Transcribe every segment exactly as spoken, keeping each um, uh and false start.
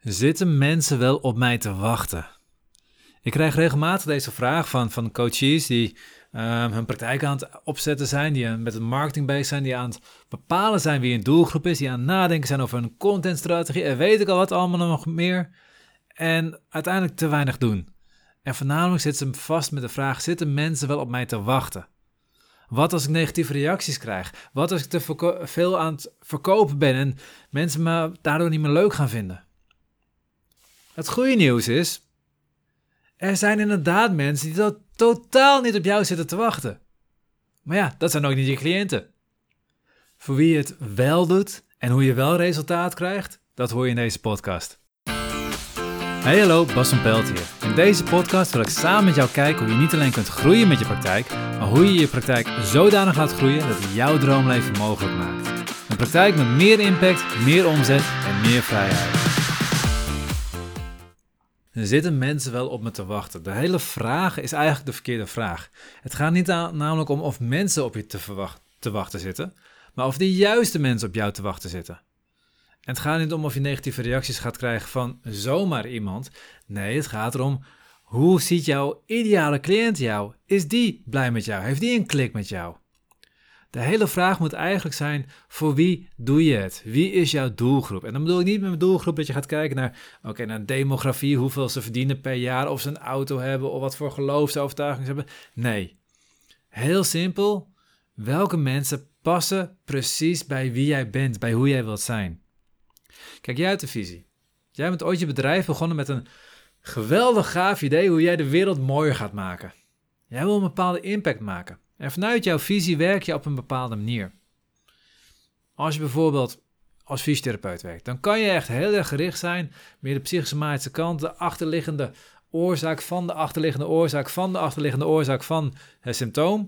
Zitten mensen wel op mij te wachten? Ik krijg regelmatig deze vraag van, van coaches die uh, hun praktijk aan het opzetten zijn, die met het marketing bezig zijn, die aan het bepalen zijn wie een doelgroep is, die aan het nadenken zijn over een contentstrategie en weet ik al wat allemaal nog meer en uiteindelijk te weinig doen. En voornamelijk zitten ze vast met de vraag, zitten mensen wel op mij te wachten? Wat als ik negatieve reacties krijg? Wat als ik te verko- veel aan het verkopen ben en mensen me daardoor niet meer leuk gaan vinden? Het goede nieuws is, er zijn inderdaad mensen die to- totaal niet op jou zitten te wachten. Maar ja, dat zijn ook niet je cliënten. Voor wie je het wel doet en hoe je wel resultaat krijgt, dat hoor je in deze podcast. Hey hallo, Bas van Pelt hier. In deze podcast wil ik samen met jou kijken hoe je niet alleen kunt groeien met je praktijk, maar hoe je je praktijk zodanig laat groeien dat het jouw droomleven mogelijk maakt. Een praktijk met meer impact, meer omzet en meer vrijheid. Er zitten mensen wel op me te wachten. De hele vraag is eigenlijk de verkeerde vraag. Het gaat niet aan, namelijk om of mensen op je te, verwacht, te wachten zitten, maar of de juiste mensen op jou te wachten zitten. En het gaat niet om of je negatieve reacties gaat krijgen van zomaar iemand. Nee, het gaat erom, hoe ziet jouw ideale cliënt jou? Is die blij met jou? Heeft die een klik met jou? De hele vraag moet eigenlijk zijn, voor wie doe je het? Wie is jouw doelgroep? En dan bedoel ik niet met mijn doelgroep dat je gaat kijken naar, oké, okay, naar demografie, hoeveel ze verdienen per jaar, of ze een auto hebben, of wat voor geloofsovertuigingen ze hebben. Nee, heel simpel, welke mensen passen precies bij wie jij bent, bij hoe jij wilt zijn? Kijk, jij hebt een visie. Jij bent ooit je bedrijf begonnen met een geweldig gaaf idee hoe jij de wereld mooier gaat maken. Jij wil een bepaalde impact maken. En vanuit jouw visie werk je op een bepaalde manier. Als je bijvoorbeeld als fysiotherapeut werkt, dan kan je echt heel erg gericht zijn, meer de psychosomatische kant, de achterliggende oorzaak van de achterliggende oorzaak van de achterliggende oorzaak van het symptoom.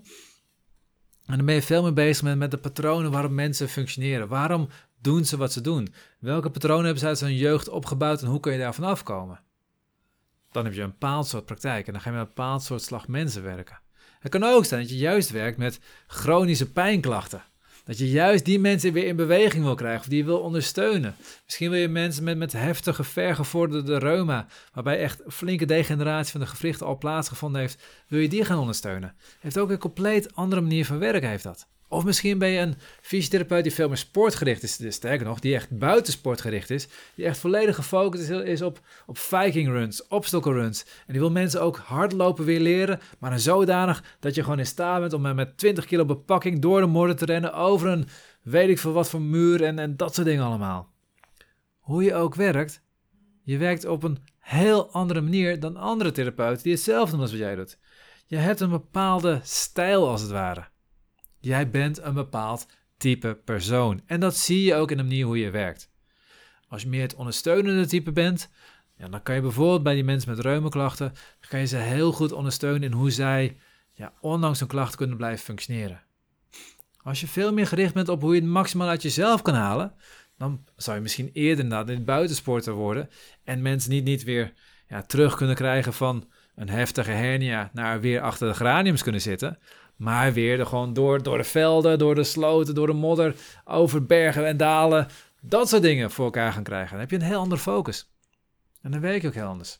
En dan ben je veel meer bezig met, met de patronen waarop mensen functioneren. Waarom doen ze wat ze doen? Welke patronen hebben ze uit hun jeugd opgebouwd en hoe kun je daar vanaf komen? Dan heb je een bepaald soort praktijk en dan ga je met een bepaald soort slag mensen werken. Het kan ook zijn dat je juist werkt met chronische pijnklachten. Dat je juist die mensen weer in beweging wil krijgen of die je wil ondersteunen. Misschien wil je mensen met, met heftige, vergevorderde reuma, waarbij echt flinke degeneratie van de gewrichten al plaatsgevonden heeft, wil je die gaan ondersteunen. Heeft ook een compleet andere manier van werken heeft dat. Of misschien ben je een fysiotherapeut die veel meer sportgericht is, dus sterker nog, die echt buitensportgericht is, die echt volledig gefocust is, is op, op viking runs, obstacle runs. En die wil mensen ook hardlopen weer leren, maar dan zodanig dat je gewoon in staat bent om met twintig kilo bepakking door de modder te rennen, over een weet ik veel wat voor muur en, en dat soort dingen allemaal. Hoe je ook werkt, je werkt op een heel andere manier dan andere therapeuten die hetzelfde doen als wat jij doet. Je hebt een bepaalde stijl als het ware. Jij bent een bepaald type persoon. En dat zie je ook in de manier hoe je werkt. Als je meer het ondersteunende type bent, ja, dan kan je bijvoorbeeld bij die mensen met reumaklachten, kan je ze heel goed ondersteunen in hoe zij, ja, ondanks hun klachten kunnen blijven functioneren. Als je veel meer gericht bent op hoe je het maximaal uit jezelf kan halen, dan zou je misschien eerder naar de buitensporter worden en mensen niet, niet weer ja, terug kunnen krijgen van een heftige hernia naar weer achter de geraniums kunnen zitten, maar weer er gewoon door, door de velden, door de sloten, door de modder, over bergen en dalen, dat soort dingen voor elkaar gaan krijgen. Dan heb je een heel andere focus. En dan werk je ook heel anders.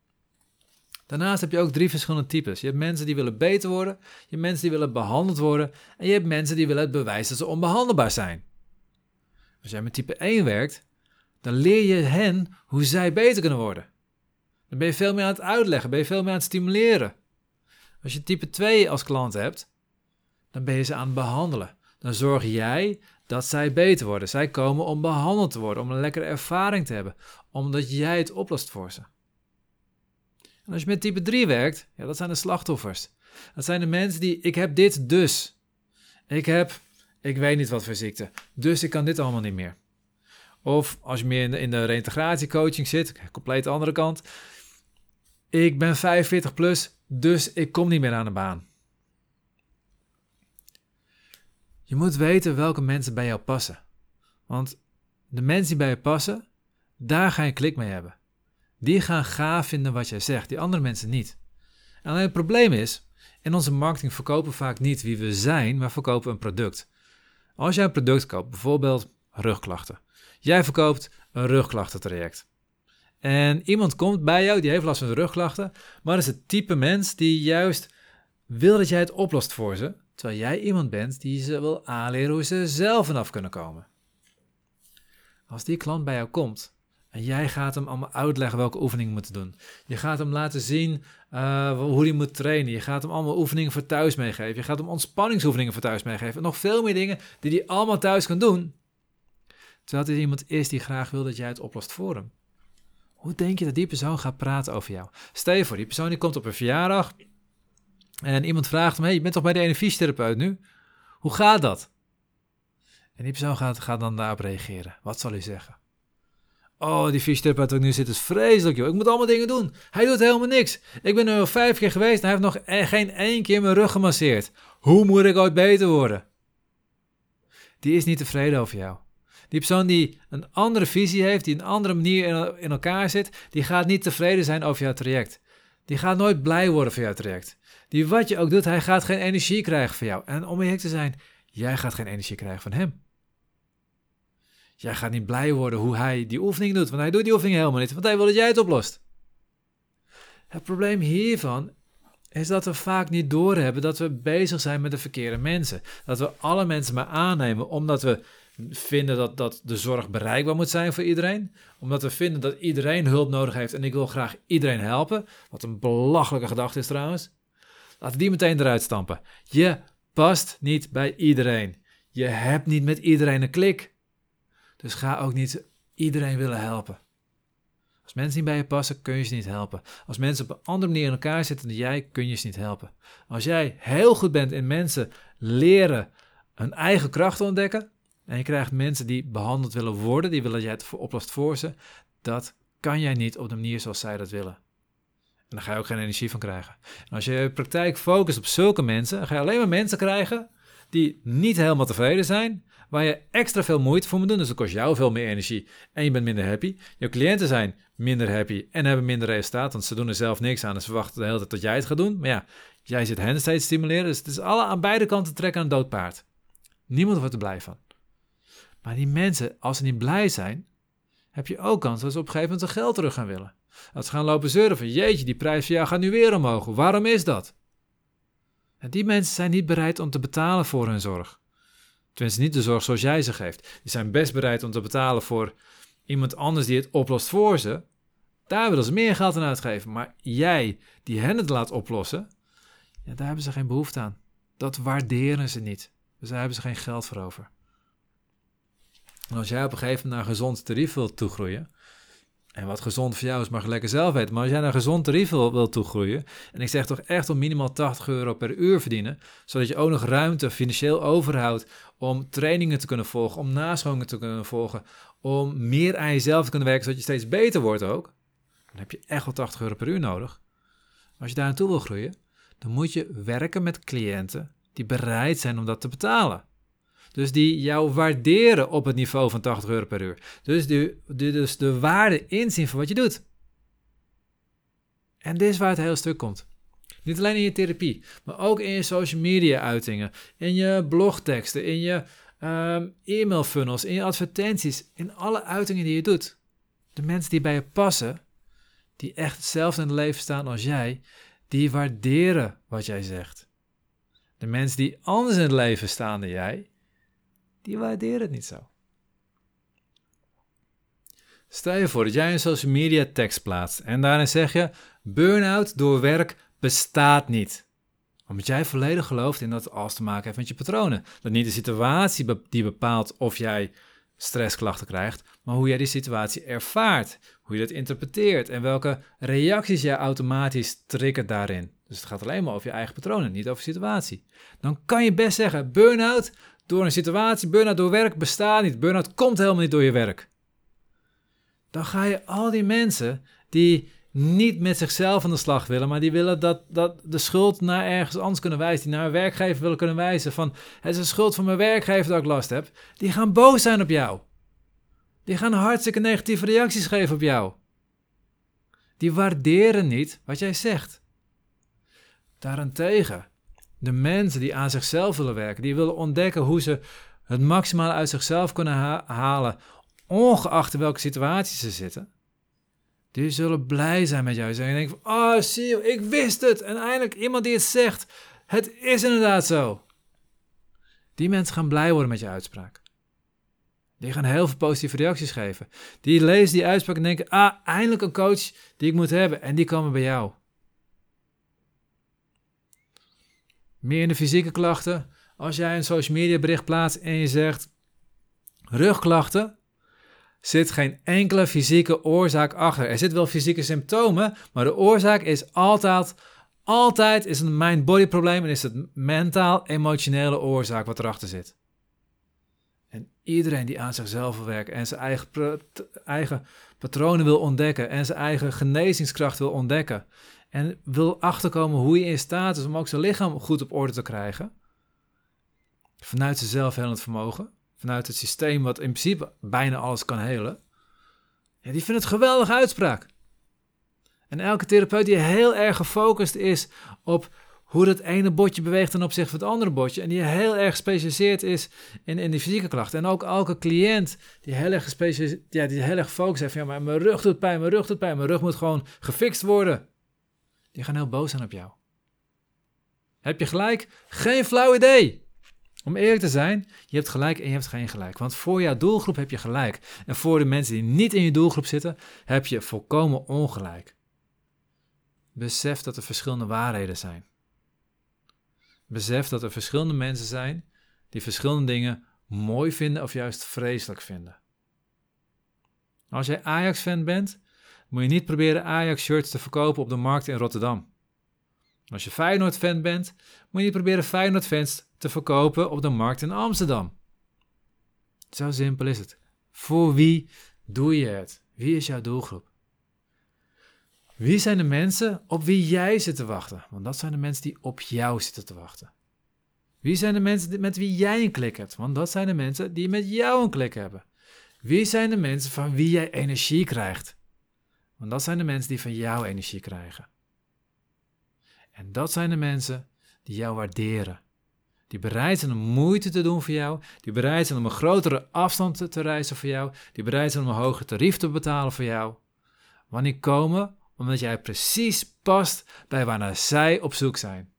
Daarnaast heb je ook drie verschillende types. Je hebt mensen die willen beter worden, je hebt mensen die willen behandeld worden en je hebt mensen die willen het bewijzen dat ze onbehandelbaar zijn. Als jij met type één werkt, dan leer je hen hoe zij beter kunnen worden. Dan ben je veel meer aan het uitleggen, ben je veel meer aan het stimuleren. Als je type twee als klant hebt, dan ben je ze aan het behandelen. Dan zorg jij dat zij beter worden. Zij komen om behandeld te worden, om een lekkere ervaring te hebben, omdat jij het oplost voor ze. En als je met type drie werkt, ja, dat zijn de slachtoffers. Dat zijn de mensen die, ik heb dit dus. Ik heb, ik weet niet wat voor ziekte, dus ik kan dit allemaal niet meer. Of als je meer in de, in de reïntegratiecoaching zit, compleet andere kant. Ik ben vijfenveertig plus, dus ik kom niet meer aan de baan. Je moet weten welke mensen bij jou passen. Want de mensen die bij je passen, daar ga je klik mee hebben. Die gaan gaaf vinden wat jij zegt, die andere mensen niet. En alleen het probleem is, in onze marketing verkopen we vaak niet wie we zijn, maar verkopen een product. Als jij een product koopt, bijvoorbeeld rugklachten. Jij verkoopt een rugklachtentraject. En iemand komt bij jou, die heeft last van de rugklachten, maar dat is het type mens die juist wil dat jij het oplost voor ze, terwijl jij iemand bent die ze wil aanleren hoe ze zelf vanaf kunnen komen. Als die klant bij jou komt en jij gaat hem allemaal uitleggen welke oefeningen moeten doen. Je gaat hem laten zien uh, hoe hij moet trainen. Je gaat hem allemaal oefeningen voor thuis meegeven. Je gaat hem ontspanningsoefeningen voor thuis meegeven. En nog veel meer dingen die hij allemaal thuis kan doen. Terwijl het iemand is die graag wil dat jij het oplost voor hem. Hoe denk je dat die persoon gaat praten over jou? Stel je voor, die persoon die komt op een verjaardag en iemand vraagt hem, hey, je bent toch bij de ene fysiotherapeut nu? Hoe gaat dat? En die persoon gaat, gaat dan daarop reageren. Wat zal hij zeggen? Oh, die fysiotherapeut waar ik nu zit is vreselijk, joh. Ik moet allemaal dingen doen. Hij doet helemaal niks. Ik ben er al vijf keer geweest en hij heeft nog e- geen één keer mijn rug gemasseerd. Hoe moet ik ooit beter worden? Die is niet tevreden over jou. Die persoon die een andere visie heeft, die een andere manier in, in elkaar zit, die gaat niet tevreden zijn over jouw traject. Die gaat nooit blij worden van jouw traject. Die wat je ook doet, hij gaat geen energie krijgen van jou. En om eerlijk te zijn, jij gaat geen energie krijgen van hem. Jij gaat niet blij worden hoe hij die oefening doet, want hij doet die oefening helemaal niet, want hij wil dat jij het oplost. Het probleem hiervan is dat we vaak niet doorhebben dat we bezig zijn met de verkeerde mensen. Dat we alle mensen maar aannemen omdat we vinden dat, dat de zorg bereikbaar moet zijn voor iedereen. Omdat we vinden dat iedereen hulp nodig heeft en ik wil graag iedereen helpen. Wat een belachelijke gedachte is trouwens. Laten we die meteen eruit stampen. Je past niet bij iedereen. Je hebt niet met iedereen een klik. Dus ga ook niet iedereen willen helpen. Als mensen niet bij je passen, kun je ze niet helpen. Als mensen op een andere manier in elkaar zitten dan jij, kun je ze niet helpen. Als jij heel goed bent in mensen leren hun eigen krachten ontdekken, en je krijgt mensen die behandeld willen worden, die willen dat jij het oplost voor ze, dat kan jij niet op de manier zoals zij dat willen. En daar ga je ook geen energie van krijgen. En als je je praktijk focust op zulke mensen, dan ga je alleen maar mensen krijgen die niet helemaal tevreden zijn, waar je extra veel moeite voor moet doen. Dus dat kost jou veel meer energie en je bent minder happy. Je cliënten zijn minder happy en hebben minder resultaat, want ze doen er zelf niks aan en ze verwachten de hele tijd dat jij het gaat doen. Maar ja, jij zit hen steeds stimuleren, dus het is alle aan beide kanten trekken aan een dood paard. Niemand wordt er blij van. Maar die mensen, als ze niet blij zijn, heb je ook kans dat ze op een gegeven moment hun geld terug gaan willen. Dat ze gaan lopen zeuren van, jeetje, die prijs van jou gaat nu weer omhoog. Waarom is dat? En die mensen zijn niet bereid om te betalen voor hun zorg. Tenminste, niet de zorg zoals jij ze geeft. Die zijn best bereid om te betalen voor iemand anders die het oplost voor ze. Daar willen ze meer geld aan uitgeven. Maar jij, die hen het laat oplossen, ja, daar hebben ze geen behoefte aan. Dat waarderen ze niet. Dus daar hebben ze geen geld voor over. En als jij op een gegeven moment naar een gezond tarief wilt toegroeien, en wat gezond voor jou is mag je lekker zelf weten, maar als jij naar een gezond tarief wil, wil toegroeien, en ik zeg toch echt om minimaal tachtig euro per uur verdienen, zodat je ook nog ruimte financieel overhoudt om trainingen te kunnen volgen, om nascholingen te kunnen volgen, om meer aan jezelf te kunnen werken, zodat je steeds beter wordt ook, dan heb je echt wel tachtig euro per uur nodig. Maar als je daar naartoe wil groeien, dan moet je werken met cliënten die bereid zijn om dat te betalen. Dus die jou waarderen op het niveau van tachtig euro per uur. Dus de, de, dus de waarde inzien van wat je doet. En dit is waar het hele stuk komt. Niet alleen in je therapie, maar ook in je social media uitingen, in je blogteksten, in je um, e-mail funnels, in je advertenties, in alle uitingen die je doet. De mensen die bij je passen, die echt hetzelfde in het leven staan als jij, die waarderen wat jij zegt. De mensen die anders in het leven staan dan jij, die waarderen het niet zo. Stel je voor dat jij een social media tekst plaatst en daarin zeg je, burn-out door werk bestaat niet. Omdat jij volledig gelooft in dat het alles te maken heeft met je patronen. Dat niet de situatie die bepaalt of jij stressklachten krijgt, maar hoe jij die situatie ervaart, hoe je dat interpreteert en welke reacties jij automatisch triggert daarin. Dus het gaat alleen maar over je eigen patronen, niet over situatie. Dan kan je best zeggen, burn-out door een situatie, burn-out door werk bestaat niet. Burn-out komt helemaal niet door je werk. Dan ga je al die mensen die niet met zichzelf aan de slag willen, maar die willen dat, dat de schuld naar ergens anders kunnen wijzen, die naar een werkgever willen kunnen wijzen van, het is een schuld van mijn werkgever dat ik last heb, die gaan boos zijn op jou. Die gaan hartstikke negatieve reacties geven op jou. Die waarderen niet wat jij zegt. Daarentegen, de mensen die aan zichzelf willen werken, die willen ontdekken hoe ze het maximale uit zichzelf kunnen ha- halen, ongeacht in welke situatie ze zitten, Die zullen blij zijn met jou. En denken van, oh, zie je, ik wist het. En eindelijk iemand die het zegt. Het is inderdaad zo. Die mensen gaan blij worden met je uitspraak. Die gaan heel veel positieve reacties geven. Die lezen die uitspraak en denken, ah, eindelijk een coach die ik moet hebben. En die komen bij jou. Meer in de fysieke klachten. Als jij een social media bericht plaatst en je zegt, rugklachten, zit geen enkele fysieke oorzaak achter. Er zitten wel fysieke symptomen, maar de oorzaak is altijd, altijd is een mind-body probleem en is het mentaal-emotionele oorzaak wat erachter zit. En iedereen die aan zichzelf wil werken en zijn eigen, eigen patronen wil ontdekken en zijn eigen genezingskracht wil ontdekken en wil achterkomen hoe je in staat is om ook zijn lichaam goed op orde te krijgen, vanuit zijn zelfhelend vermogen, vanuit het systeem wat in principe bijna alles kan helen, ja, die vindt het een geweldige uitspraak. En elke therapeut die heel erg gefocust is op hoe dat ene botje beweegt ten opzichte van het andere botje, en die heel erg gespecialiseerd is in, in die fysieke klachten. En ook elke cliënt die heel erg gespecialiseerd, ja, die heel erg gefocust heeft, ja, maar mijn rug doet pijn, mijn rug doet pijn, mijn rug moet gewoon gefixt worden. Die gaan heel boos zijn op jou. Heb je gelijk? Geen flauw idee. Om eerlijk te zijn, je hebt gelijk en je hebt geen gelijk. Want voor jouw doelgroep heb je gelijk. En voor de mensen die niet in je doelgroep zitten, heb je volkomen ongelijk. Besef dat er verschillende waarheden zijn. Besef dat er verschillende mensen zijn die verschillende dingen mooi vinden of juist vreselijk vinden. Als jij Ajax-fan bent, moet je niet proberen Ajax-shirts te verkopen op de markt in Rotterdam. Als je Feyenoord-fan bent, moet je niet proberen Feyenoord-fans te verkopen op de markt in Amsterdam. Zo simpel is het. Voor wie doe je het? Wie is jouw doelgroep? Wie zijn de mensen op wie jij zit te wachten? Want dat zijn de mensen die op jou zitten te wachten. Wie zijn de mensen met wie jij een klik hebt? Want dat zijn de mensen die met jou een klik hebben. Wie zijn de mensen van wie jij energie krijgt? Want dat zijn de mensen die van jou energie krijgen. En dat zijn de mensen die jou waarderen. Die bereid zijn om moeite te doen voor jou. Die bereid zijn om een grotere afstand te, te reizen voor jou. Die bereid zijn om een hoger tarief te betalen voor jou. Wanneer komen? Omdat jij precies past bij waarnaar zij op zoek zijn.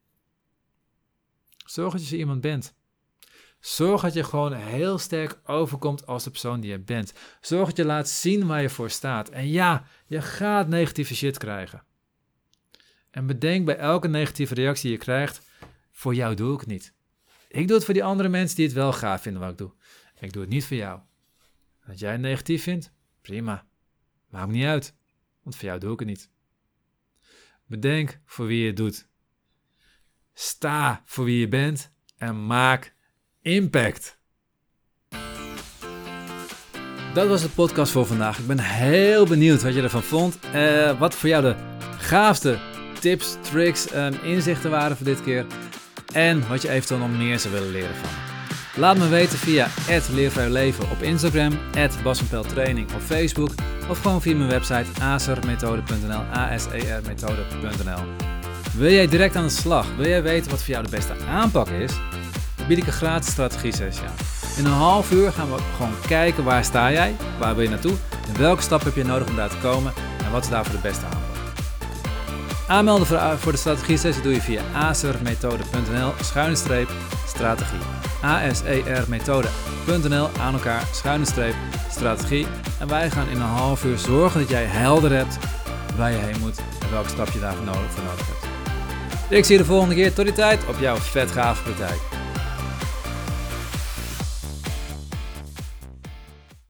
Zorg dat je zo iemand bent. Zorg dat je gewoon heel sterk overkomt als de persoon die je bent. Zorg dat je laat zien waar je voor staat. En ja, je gaat negatieve shit krijgen. En bedenk bij elke negatieve reactie die je krijgt, voor jou doe ik het niet. Ik doe het voor die andere mensen die het wel gaaf vinden wat ik doe. Ik doe het niet voor jou. Dat jij het negatief vindt, prima. Maakt me niet uit, want voor jou doe ik het niet. Bedenk voor wie je het doet. Sta voor wie je bent en maak impact. Dat was de podcast voor vandaag. Ik ben heel benieuwd wat je ervan vond. Uh, wat voor jou de gaafste tips, tricks en inzichten waren voor dit keer. En wat je eventueel nog meer zou willen leren van me. Laat me weten via at leervrijleven op Instagram, at Bas van Pelt Training op Facebook of gewoon via mijn website asermethode punt n l, a s e r methode punt n l. Wil jij direct aan de slag? Wil jij weten wat voor jou de beste aanpak is? Dan bied ik een gratis strategie-sessie aan. In een half uur gaan we gewoon kijken waar sta jij, waar wil je naartoe en welke stap heb je nodig om daar te komen en wat is daarvoor de beste aanpak. Aanmelden voor de strategie-sessie doe je via asermethode punt n l schuine streep strategie. a s e r methode punt n l aan elkaar schuine streep strategie. En wij gaan in een half uur zorgen dat jij helder hebt waar je heen moet en welke stap je daarvoor nodig, voor nodig hebt. Ik zie je de volgende keer. Tot die tijd op jouw vet gave praktijk.